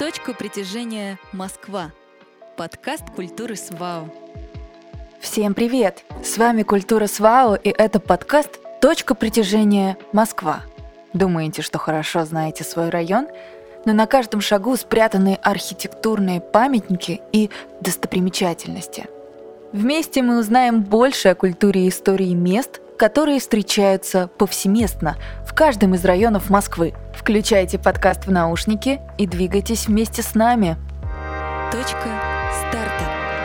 Точка притяжения Москва. Подкаст культуры СВАУ. Всем привет! С вами Культура СВАУ, и это подкаст «Точка притяжения Москва». Думаете, что хорошо знаете свой район? Но на каждом шагу спрятаны архитектурные памятники и достопримечательности. Вместе мы узнаем больше о культуре и истории мест, которые встречаются повсеместно в каждом из районов Москвы. Включайте подкаст в наушники и двигайтесь вместе с нами. Точка старта.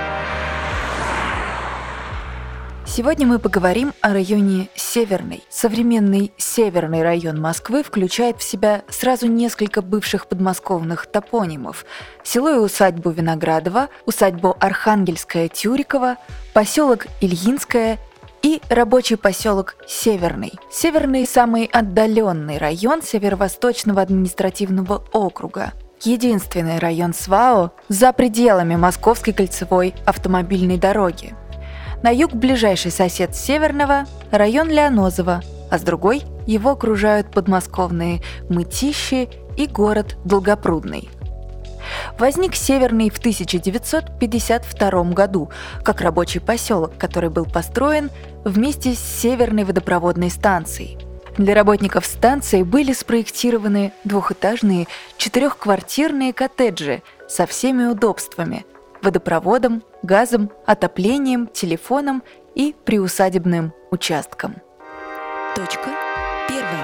Сегодня мы поговорим о районе Северный. Современный Северный район Москвы включает в себя сразу несколько бывших подмосковных топонимов: село и усадьбу Виноградова, усадьбу Архангельская-Тюрикова, поселок Ильинское и рабочий поселок Северный. Северный – самый отдаленный район Северо-Восточного административного округа. Единственный район СВАУ за пределами Московской кольцевой автомобильной дороги. На юг ближайший сосед Северного – район Лианозово, а с другой его окружают подмосковные Мытищи и город Долгопрудный. Возник Северный в 1952 году как рабочий поселок, который был построен вместе с Северной водопроводной станцией. Для работников станции были спроектированы двухэтажные 4-квартирные коттеджи со всеми удобствами – водопроводом, газом, отоплением, телефоном и приусадебным участком. Точка первая.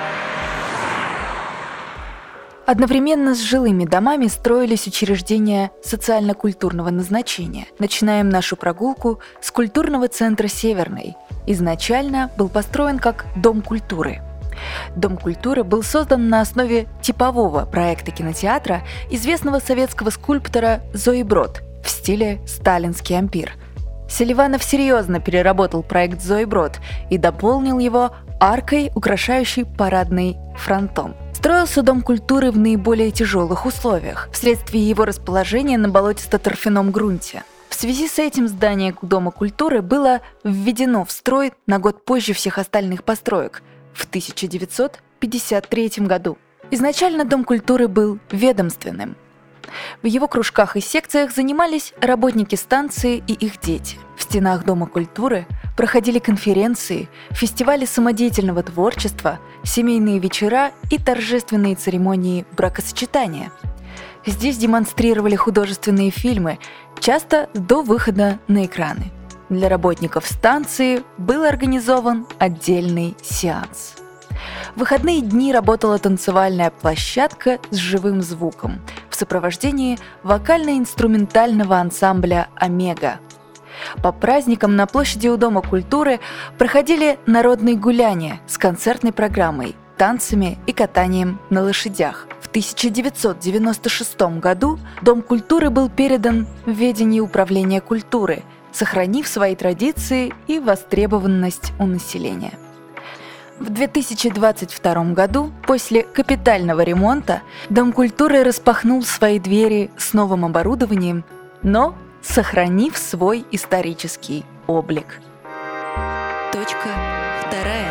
Одновременно с жилыми домами строились учреждения социально-культурного назначения. Начинаем нашу прогулку с культурного центра «Северный». Изначально был построен как Дом культуры. Дом культуры был создан на основе типового проекта кинотеатра известного советского скульптора Зои Брод в стиле «Сталинский ампир». Селиванов серьезно переработал проект Зои Брод и дополнил его аркой, украшающей парадный фронтон. Строился Дом культуры в наиболее тяжелых условиях, вследствие его расположения на болотисто-торфяном грунте. В связи с этим здание Дома культуры было введено в строй на год позже всех остальных построек, в 1953 году. Изначально Дом культуры был ведомственным. В его кружках и секциях занимались работники станции и их дети. В стенах Дома культуры проходили конференции, фестивали самодеятельного творчества, семейные вечера и торжественные церемонии бракосочетания. Здесь демонстрировали художественные фильмы, часто до выхода на экраны. Для работников станции был организован отдельный сеанс. В выходные дни работала танцевальная площадка с живым звуком в сопровождении вокально-инструментального ансамбля «Омега». По праздникам на площади у Дома культуры проходили народные гуляния с концертной программой, танцами и катанием на лошадях. В 1996 году Дом культуры был передан в ведение Управления культуры, сохранив свои традиции и востребованность у населения. В 2022 году, после капитального ремонта, Дом культуры распахнул свои двери с новым оборудованием, но сохранив свой исторический облик. Точка вторая.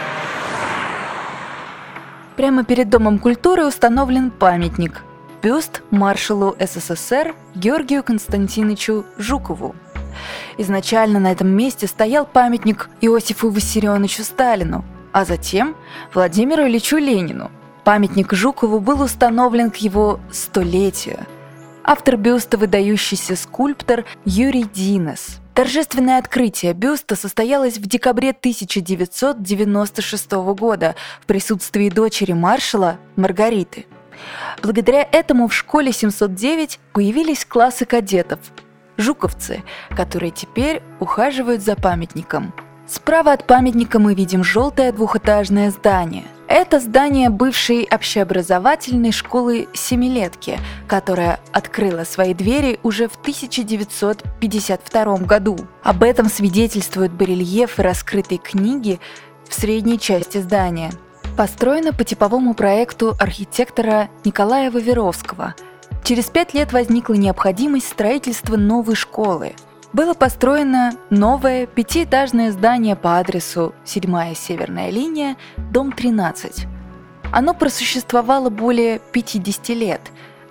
Прямо перед Домом культуры установлен памятник – бюст маршалу СССР Георгию Константиновичу Жукову. Изначально на этом месте стоял памятник Иосифу Виссарионовичу Сталину, а затем Владимиру Ильичу Ленину. Памятник Жукову был установлен к его 100-летию. Автор бюста – выдающийся скульптор Юрий Динес. Торжественное открытие бюста состоялось в декабре 1996 года в присутствии дочери маршала Маргариты. Благодаря этому в школе 709 появились классы кадетов – жуковцы, которые теперь ухаживают за памятником. Справа от памятника мы видим желтое двухэтажное здание. Это здание бывшей общеобразовательной школы «Семилетки», которая открыла свои двери уже в 1952 году. Об этом свидетельствуют барельефы раскрытой книги в средней части здания. Построено по типовому проекту архитектора Николая Ваверовского. Через 5 лет возникла необходимость строительства новой школы. Было построено новое 5-этажное здание по адресу 7-я Северная линия, дом 13. Оно просуществовало более 50 лет,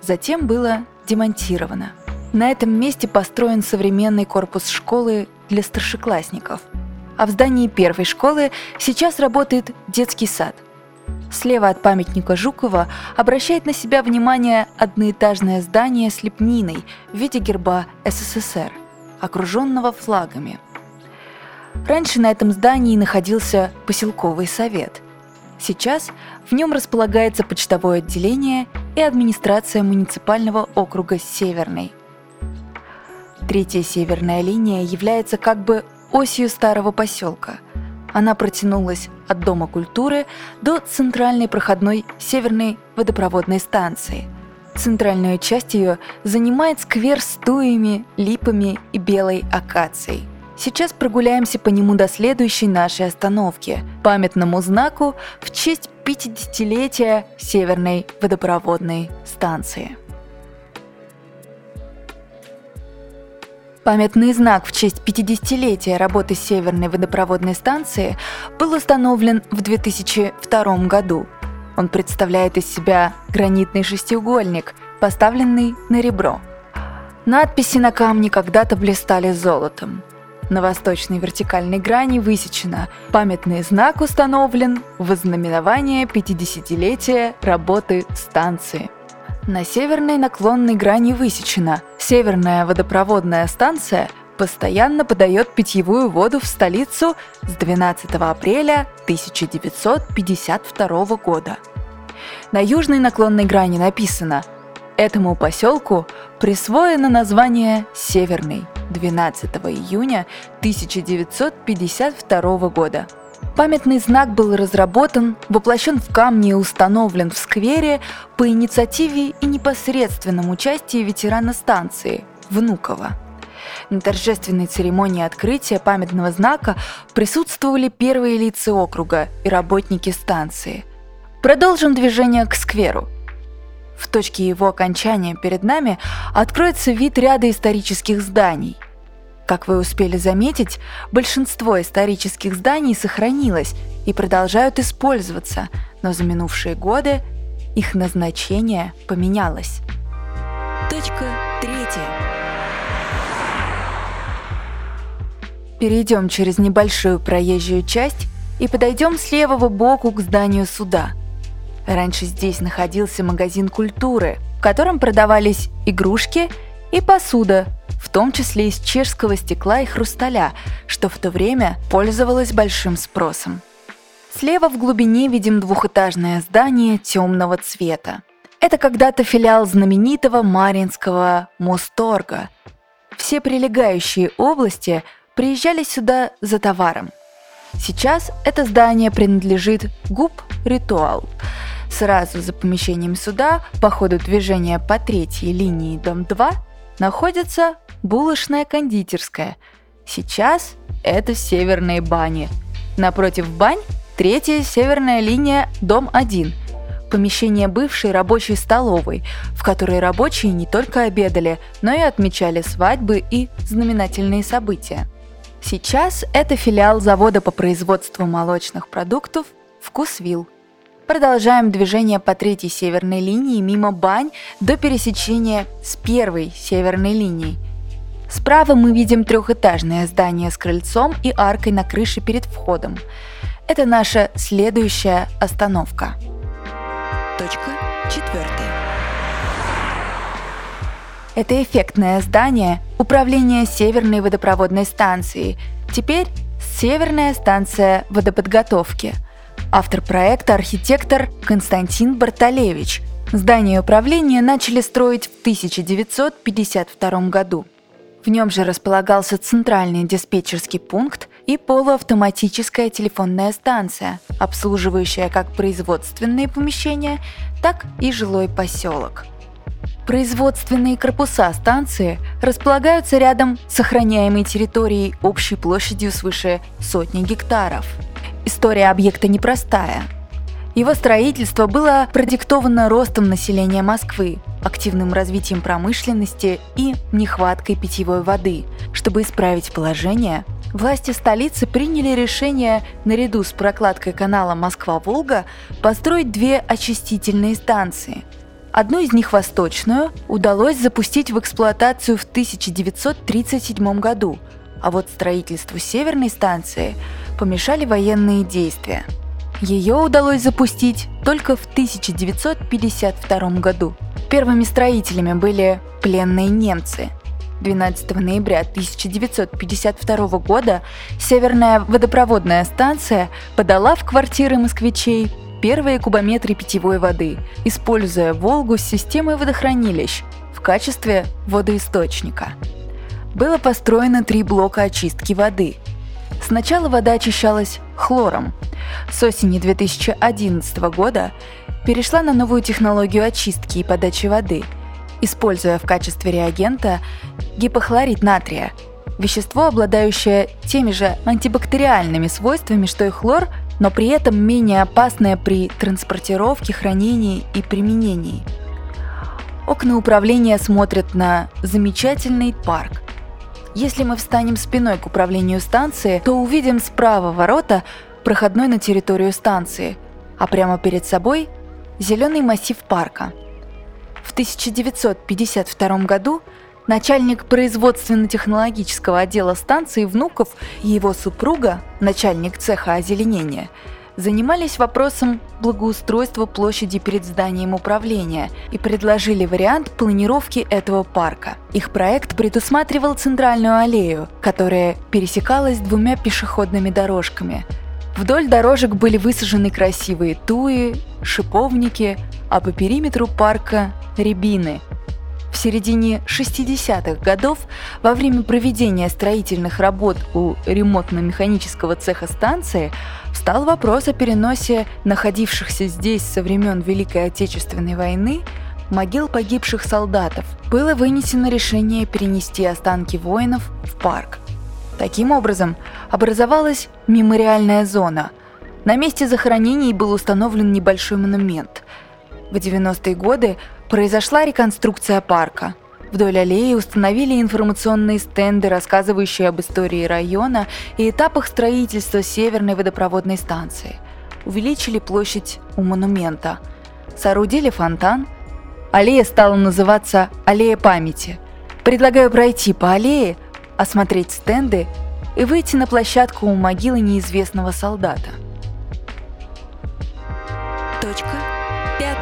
затем было демонтировано. На этом месте построен современный корпус школы для старшеклассников. А в здании первой школы сейчас работает детский сад. Слева от памятника Жукова обращает на себя внимание одноэтажное здание с лепниной в виде герба СССР, окруженного флагами. Раньше на этом здании находился поселковый совет. Сейчас в нем располагается почтовое отделение и администрация муниципального округа Северный. Третья северная линия является как бы осью старого поселка. Она протянулась от Дома культуры до центральной проходной Северной водопроводной станции. Центральную часть ее занимает сквер с туями, липами и белой акацией. Сейчас прогуляемся по нему до следующей нашей остановки – памятному знаку в честь 50-летия Северной водопроводной станции. Памятный знак в честь 50-летия работы Северной водопроводной станции был установлен в 2002 году. Он представляет из себя гранитный шестиугольник, поставленный на ребро. Надписи на камне когда-то блистали золотом. На восточной вертикальной грани высечено: памятный знак установлен в ознаменование 50-летия работы станции. На северной наклонной грани высечено: Северная водопроводная станция постоянно подает питьевую воду в столицу с 12 апреля 1952 года. На южной наклонной грани написано: этому поселку присвоено название Северный 12 июня 1952 года. Памятный знак был разработан, воплощен в камне и установлен в сквере по инициативе и непосредственном участии ветерана станции Внуково. На торжественной церемонии открытия памятного знака присутствовали первые лица округа и работники станции. Продолжим движение к скверу. В точке его окончания перед нами откроется вид ряда исторических зданий. Как вы успели заметить, большинство исторических зданий сохранилось и продолжают использоваться, но за минувшие годы их назначение поменялось. Точка 3. Перейдем через небольшую проезжую часть и подойдем с левого боку к зданию суда. Раньше здесь находился магазин культуры, в котором продавались игрушки и посуда, в том числе из чешского стекла и хрусталя, что в то время пользовалось большим спросом. Слева в глубине видим двухэтажное здание темного цвета. Это когда-то филиал знаменитого Марьинского Мосторга. Все прилегающие области приезжали сюда за товаром. Сейчас это здание принадлежит ГУП «Ритуал». Сразу за помещением суда, по ходу движения по третьей линии дом 2, находится булочная кондитерская. Сейчас это северные бани. Напротив бань третья северная линия дом 1. Помещение бывшей рабочей столовой, в которой рабочие не только обедали, но и отмечали свадьбы и знаменательные события. Сейчас это филиал завода по производству молочных продуктов «Вкусвилл». Продолжаем движение по третьей северной линии мимо бань до пересечения с первой северной линией. Справа мы видим трехэтажное здание с крыльцом и аркой на крыше перед входом. Это наша следующая остановка. Точка 4. Это эффектное здание управления Северной водопроводной станцией. Теперь Северная станция водоподготовки. Автор проекта – архитектор Константин Барталевич. Здание управления начали строить в 1952 году. В нем же располагался центральный диспетчерский пункт и полуавтоматическая телефонная станция, обслуживающая как производственные помещения, так и жилой поселок. Производственные корпуса станции располагаются рядом с охраняемой территорией общей площадью свыше 100 гектаров. История объекта непростая. Его строительство было продиктовано ростом населения Москвы, активным развитием промышленности и нехваткой питьевой воды. Чтобы исправить положение, власти столицы приняли решение наряду с прокладкой канала Москва-Волга построить 2 очистительные станции. Одну из них, восточную, удалось запустить в эксплуатацию в 1937 году, а вот строительству северной станции помешали военные действия. Ее удалось запустить только в 1952 году. Первыми строителями были пленные немцы. 12 ноября 1952 года Северная водопроводная станция подала в квартиры москвичей первые кубометры питьевой воды, используя Волгу с системой водохранилищ в качестве водоисточника. Было построено 3 блока очистки воды. Сначала вода очищалась хлором. С осени 2011 года перешла на новую технологию очистки и подачи воды, используя в качестве реагента гипохлорид натрия, вещество, обладающее теми же антибактериальными свойствами, что и хлор, но при этом менее опасное при транспортировке, хранении и применении. Окна управления смотрят на замечательный парк. Если мы встанем спиной к управлению станции, то увидим справа ворота, проходной на территорию станции, а прямо перед собой – зеленый массив парка. В 1952 году начальник производственно-технологического отдела станции Внуков и его супруга, начальник цеха озеленения, занимались вопросом благоустройства площади перед зданием управления и предложили вариант планировки этого парка. Их проект предусматривал центральную аллею, которая пересекалась 2 пешеходными дорожками. Вдоль дорожек были высажены красивые туи, шиповники, а по периметру парка – рябины. В середине 60-х годов, во время проведения строительных работ у ремонтно-механического цеха станции, встал вопрос о переносе находившихся здесь со времен Великой Отечественной войны могил погибших солдатов. Было вынесено решение перенести останки воинов в парк. Таким образом, образовалась мемориальная зона. На месте захоронений был установлен небольшой монумент. В 90-е годы произошла реконструкция парка. Вдоль аллеи установили информационные стенды, рассказывающие об истории района и этапах строительства Северной водопроводной станции. Увеличили площадь у монумента. Соорудили фонтан. Аллея стала называться «Аллея памяти». Предлагаю пройти по аллее, осмотреть стенды и выйти на площадку у могилы неизвестного солдата. Точка 5.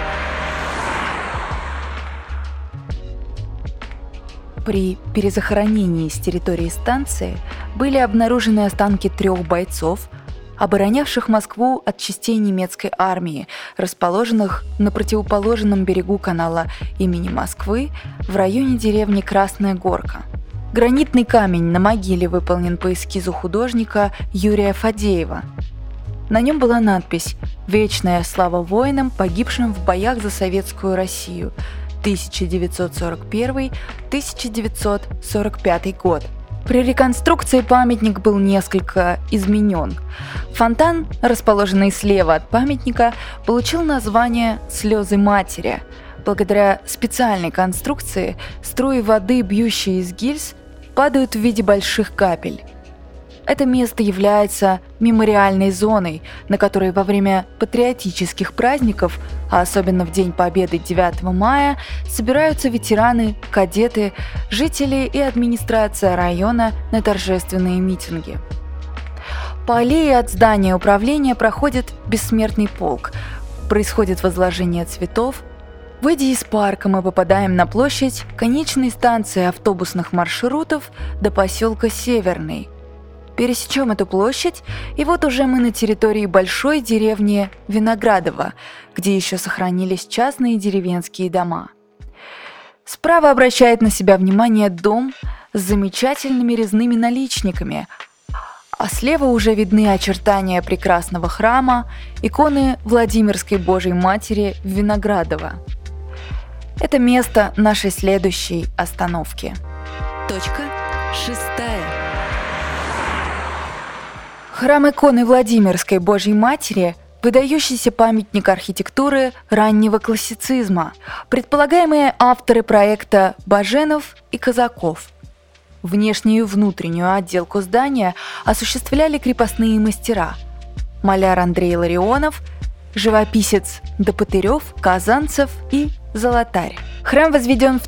При перезахоронении с территории станции были обнаружены останки 3 бойцов, оборонявших Москву от частей немецкой армии, расположенных на противоположном берегу канала имени Москвы в районе деревни Красная Горка. Гранитный камень на могиле выполнен по эскизу художника Юрия Фадеева. На нем была надпись «Вечная слава воинам, погибшим в боях за советскую Россию. 1941-1945 год». При реконструкции памятник был несколько изменен. Фонтан, расположенный слева от памятника, получил название «Слезы матери». Благодаря специальной конструкции струи воды, бьющие из гильз, падают в виде больших капель. Это место является мемориальной зоной, на которой во время патриотических праздников, а особенно в День Победы 9 мая, собираются ветераны, кадеты, жители и администрация района на торжественные митинги. По аллее от здания управления проходит бессмертный полк, происходит возложение цветов. Выйдя из парка, мы попадаем на площадь конечной станции автобусных маршрутов до поселка Северный. Пересечем эту площадь, и вот уже мы на территории большой деревни Виноградово, где еще сохранились частные деревенские дома. Справа обращает на себя внимание дом с замечательными резными наличниками, а слева уже видны очертания прекрасного храма, иконы Владимирской Божьей Матери в Виноградово. Это место нашей следующей остановки. Точка 6. Храм иконы Владимирской Божьей Матери – выдающийся памятник архитектуры раннего классицизма. Предполагаемые авторы проекта Баженов и Казаков. Внешнюю и внутреннюю отделку здания осуществляли крепостные мастера – маляр Андрей Ларионов, живописец Допотырев, Казанцев и Золотарь. Храм возведен в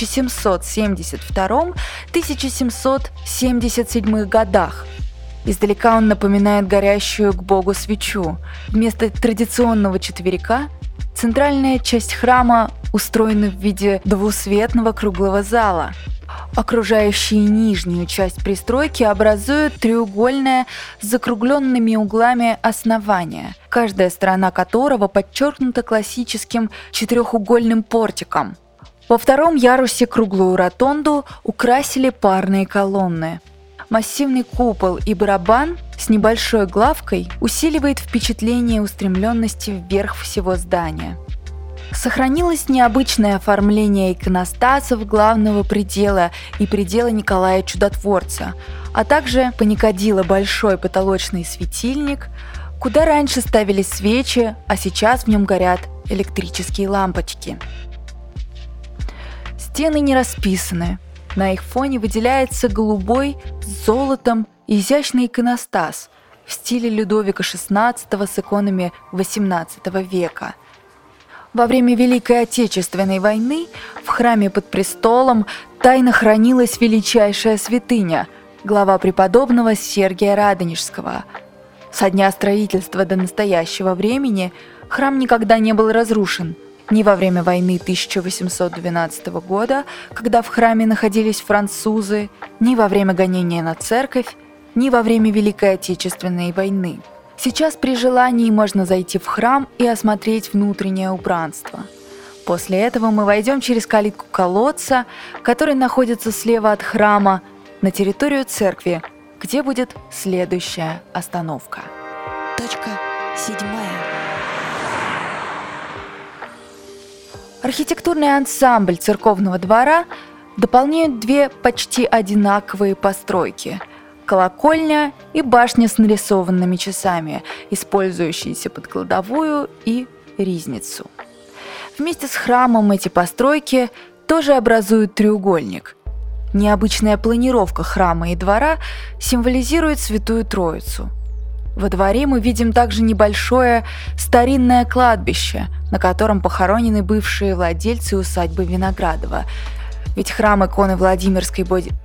1772-1777 годах. Издалека он напоминает горящую к Богу свечу. Вместо традиционного четверика центральная часть храма устроена в виде двусветного круглого зала. Окружающие нижнюю часть пристройки образуют треугольное с закругленными углами основание, каждая сторона которого подчеркнута классическим четырехугольным портиком. Во втором ярусе круглую ротонду украсили парные колонны. Массивный купол и барабан с небольшой главкой усиливает впечатление устремленности вверх всего здания. Сохранилось необычное оформление иконостасов главного предела и предела Николая Чудотворца, а также паникадило большой потолочный светильник, куда раньше ставились свечи, а сейчас в нем горят электрические лампочки. Стены не расписаны. На их фоне выделяется голубой с золотом изящный иконостас в стиле Людовика XVI с иконами XVIII века. Во время Великой Отечественной войны в храме под престолом тайно хранилась величайшая святыня – глава преподобного Сергия Радонежского. Со дня строительства до настоящего времени храм никогда не был разрушен. Ни во время войны 1812 года, когда в храме находились французы, ни во время гонения на церковь, ни во время Великой Отечественной войны. Сейчас при желании можно зайти в храм и осмотреть внутреннее убранство. После этого мы войдем через калитку колодца, который находится слева от храма, на территорию церкви, где будет следующая остановка. Точка 7. Архитектурный ансамбль церковного двора дополняют две почти одинаковые постройки – колокольня и башня с нарисованными часами, использующиеся под кладовую и ризницу. Вместе с храмом эти постройки тоже образуют треугольник. Необычная планировка храма и двора символизирует Святую Троицу. Во дворе мы видим также небольшое старинное кладбище, на котором похоронены бывшие владельцы усадьбы Виноградова, ведь храм иконы Владимирской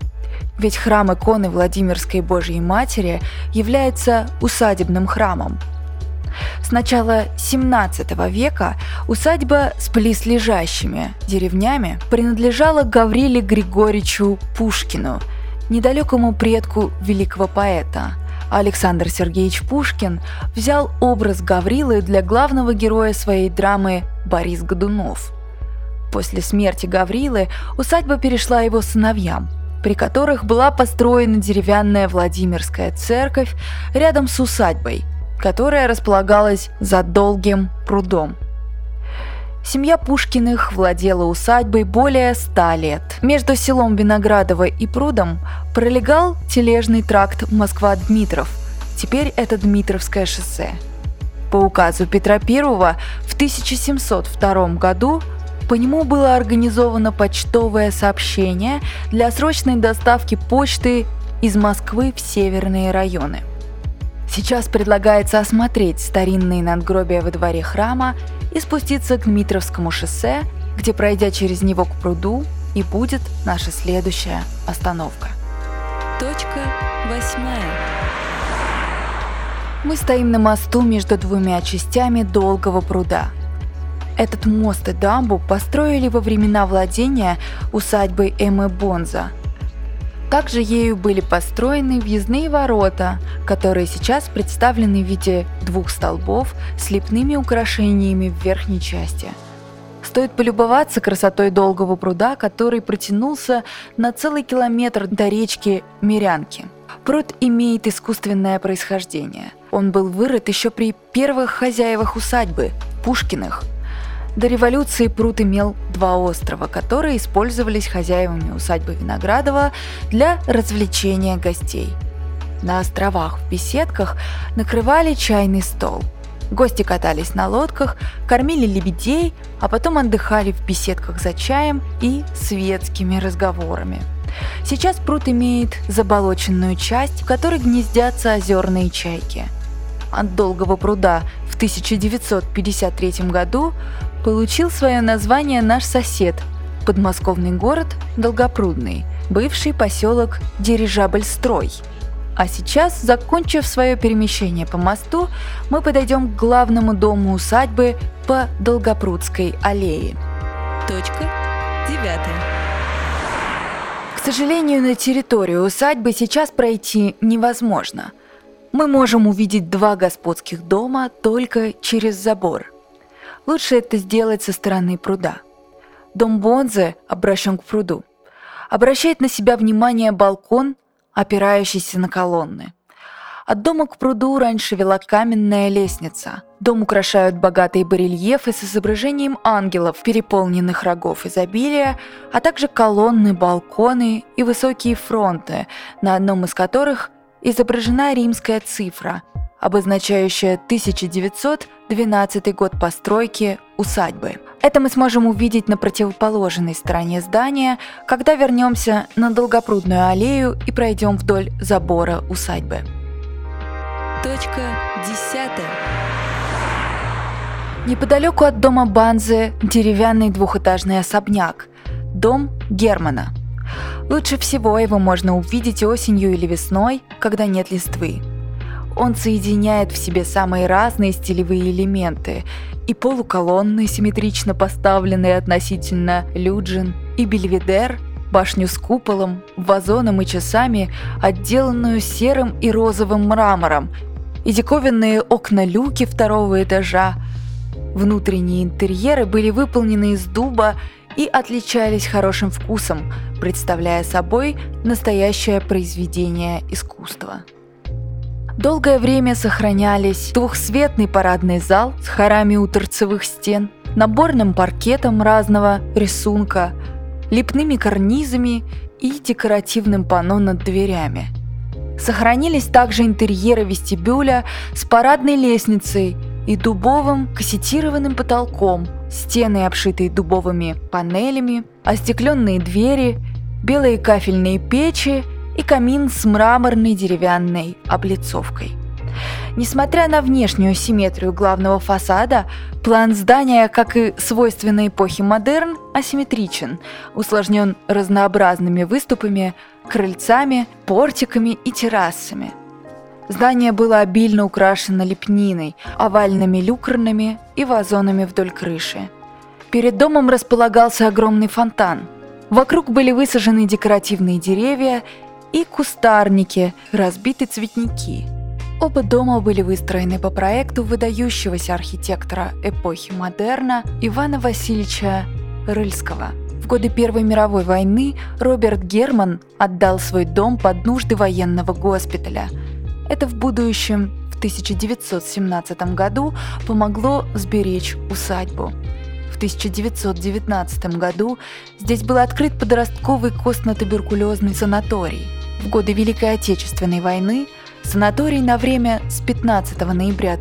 Божьей Матери является усадебным храмом. С начала XVII века усадьба с близлежащими деревнями принадлежала Гавриле Григорьевичу Пушкину, недалекому предку великого поэта. Александр Сергеевич Пушкин взял образ Гаврилы для главного героя своей драмы «Борис Годунов». После смерти Гаврилы усадьба перешла его сыновьям, при которых была построена деревянная Владимирская церковь рядом с усадьбой, которая располагалась за долгим прудом. Семья Пушкиных владела усадьбой более 100 лет. Между селом Виноградово и прудом пролегал тележный тракт Москва-Дмитров, теперь это Дмитровское шоссе. По указу Петра I в 1702 году по нему было организовано почтовое сообщение для срочной доставки почты из Москвы в северные районы. Сейчас предлагается осмотреть старинные надгробия во дворе храма и спуститься к Дмитровскому шоссе, где, пройдя через него к пруду, и будет наша следующая остановка. Точка 8. Мы стоим на мосту между двумя частями долгого пруда. Этот мост и дамбу построили во времена владения усадьбой Эммы Бонза. Также ею были построены въездные ворота, которые сейчас представлены в виде двух столбов с лепными украшениями в верхней части. Стоит полюбоваться красотой долгого пруда, который протянулся на целый километр до речки Мирянки. Пруд имеет искусственное происхождение. Он был вырыт еще при первых хозяевах усадьбы – Пушкиных. До революции пруд имел два острова, которые использовались хозяевами усадьбы Виноградова для развлечения гостей. На островах в беседках накрывали чайный стол. Гости катались на лодках, кормили лебедей, а потом отдыхали в беседках за чаем и светскими разговорами. Сейчас пруд имеет заболоченную часть, в которой гнездятся озерные чайки. от Долгого пруда в 1953 году, получил свое название наш сосед, подмосковный город Долгопрудный, бывший поселок Дирижабльстрой. А сейчас, закончив свое перемещение по мосту, мы подойдем к главному дому усадьбы по Долгопрудской аллее. Точка 9. К сожалению, на территорию усадьбы сейчас пройти невозможно. Мы можем увидеть 2 господских дома только через забор. Лучше это сделать со стороны пруда. Дом Бонзе обращен к пруду. Обращает на себя внимание балкон, опирающийся на колонны. От дома к пруду раньше вела каменная лестница. Дом украшают богатые барельефы с изображением ангелов, переполненных рогов изобилия, а также колонны, балконы и высокие фронты, на одном из которых изображена римская цифра, обозначающая 1912 год постройки усадьбы. Это мы сможем увидеть на противоположной стороне здания, когда вернемся на Долгопрудную аллею и пройдем вдоль забора усадьбы. Точка 10. Неподалеку от дома Банзе деревянный двухэтажный особняк – дом Германа. Лучше всего его можно увидеть осенью или весной, когда нет листвы. Он соединяет в себе самые разные стилевые элементы – и полуколонны, симметрично поставленные относительно люджин, и бельведер, башню с куполом, вазоном и часами, отделанную серым и розовым мрамором, и диковинные окна-люки 2-го этажа. Внутренние интерьеры были выполнены из дуба и отличались хорошим вкусом, представляя собой настоящее произведение искусства. Долгое время сохранялись двухсветный парадный зал с хорами у торцевых стен, наборным паркетом разного рисунка, лепными карнизами и декоративным панно над дверями. Сохранились также интерьеры вестибюля с парадной лестницей и дубовым кассетированным потолком, стены, обшитые дубовыми панелями, остекленные двери, белые кафельные печи и камин с мраморной деревянной облицовкой. Несмотря на внешнюю симметрию главного фасада, план здания, как и свойственно эпохе модерн, асимметричен, усложнен разнообразными выступами, крыльцами, портиками и террасами. Здание было обильно украшено лепниной, овальными люкарнами и вазонами вдоль крыши. Перед домом располагался огромный фонтан. Вокруг были высажены декоративные деревья и кустарники, разбиты цветники. Оба дома были выстроены по проекту выдающегося архитектора эпохи модерна Ивана Васильевича Рыльского. В годы Первой мировой войны Роберт Герман отдал свой дом под нужды военного госпиталя. Это в будущем, в 1917 году, помогло сберечь усадьбу. В 1919 году здесь был открыт подростковый костно-туберкулезный санаторий. В годы Великой Отечественной войны санаторий на время с 15 ноября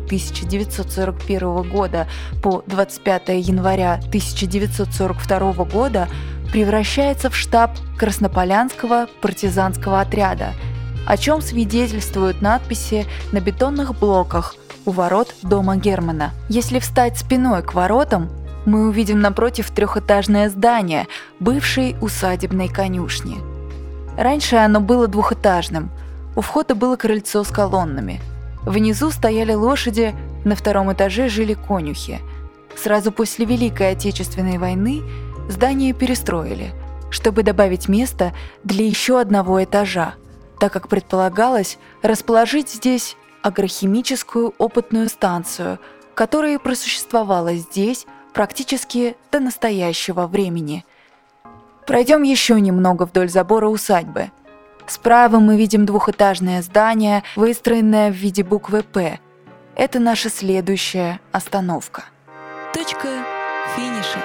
1941 года по 25 января 1942 года превращается в штаб Краснополянского партизанского отряда, о чем свидетельствуют надписи на бетонных блоках у ворот дома Германа. Если встать спиной к воротам, мы увидим напротив 3-этажное здание бывшей усадебной конюшни. Раньше оно было 2-этажным. У входа было крыльцо с колоннами. Внизу стояли лошади, на 2-м этаже жили конюхи. Сразу после Великой Отечественной войны здание перестроили, чтобы добавить места для еще одного этажа, так как предполагалось расположить здесь агрохимическую опытную станцию, которая просуществовала здесь практически до настоящего времени. Пройдем еще немного вдоль забора усадьбы. Справа мы видим 2-этажное здание, выстроенное в виде буквы «П». Это наша следующая остановка. Точка финиша.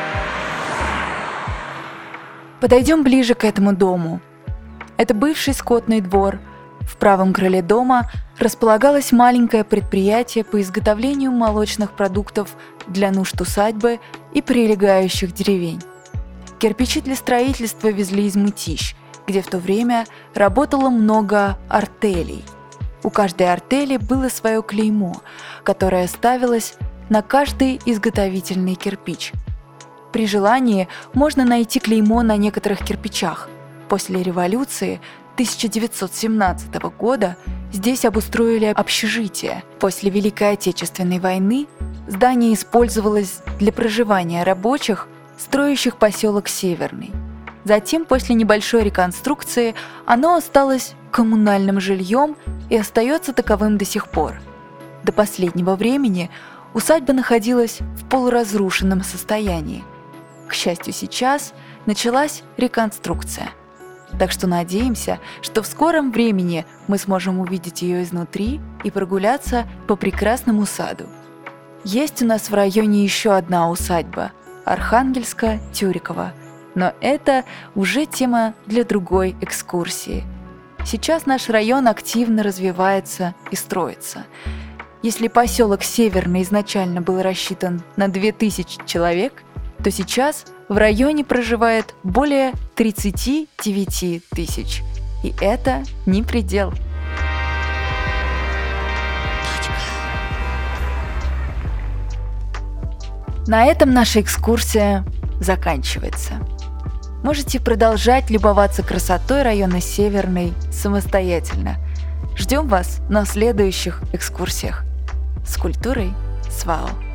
Подойдем ближе к этому дому. Это бывший скотный двор. В правом крыле дома располагалось маленькое предприятие по изготовлению молочных продуктов для нужд усадьбы и прилегающих деревень. Кирпичи для строительства везли из Мытищ, где в то время работало много артелей. У каждой артели было свое клеймо, которое ставилось на каждый изготовительный кирпич. При желании можно найти клеймо на некоторых кирпичах. После революции 1917 года здесь обустроили общежитие. После Великой Отечественной войны здание использовалось для проживания рабочих, строящих поселок Северный. Затем, после небольшой реконструкции, оно осталось коммунальным жильем и остается таковым до сих пор. До последнего времени усадьба находилась в полуразрушенном состоянии. К счастью, сейчас началась реконструкция. Так что надеемся, что в скором времени мы сможем увидеть ее изнутри и прогуляться по прекрасному саду. Есть у нас в районе еще одна усадьба – Архангельска-Тюрикова, но это уже тема для другой экскурсии. Сейчас наш район активно развивается и строится. Если поселок Северный изначально был рассчитан на 2000 человек, то сейчас в районе проживает более 39 тысяч. И это не предел. На этом наша экскурсия заканчивается. Можете продолжать любоваться красотой района Северный самостоятельно. Ждем вас на следующих экскурсиях. С культурой СВАО.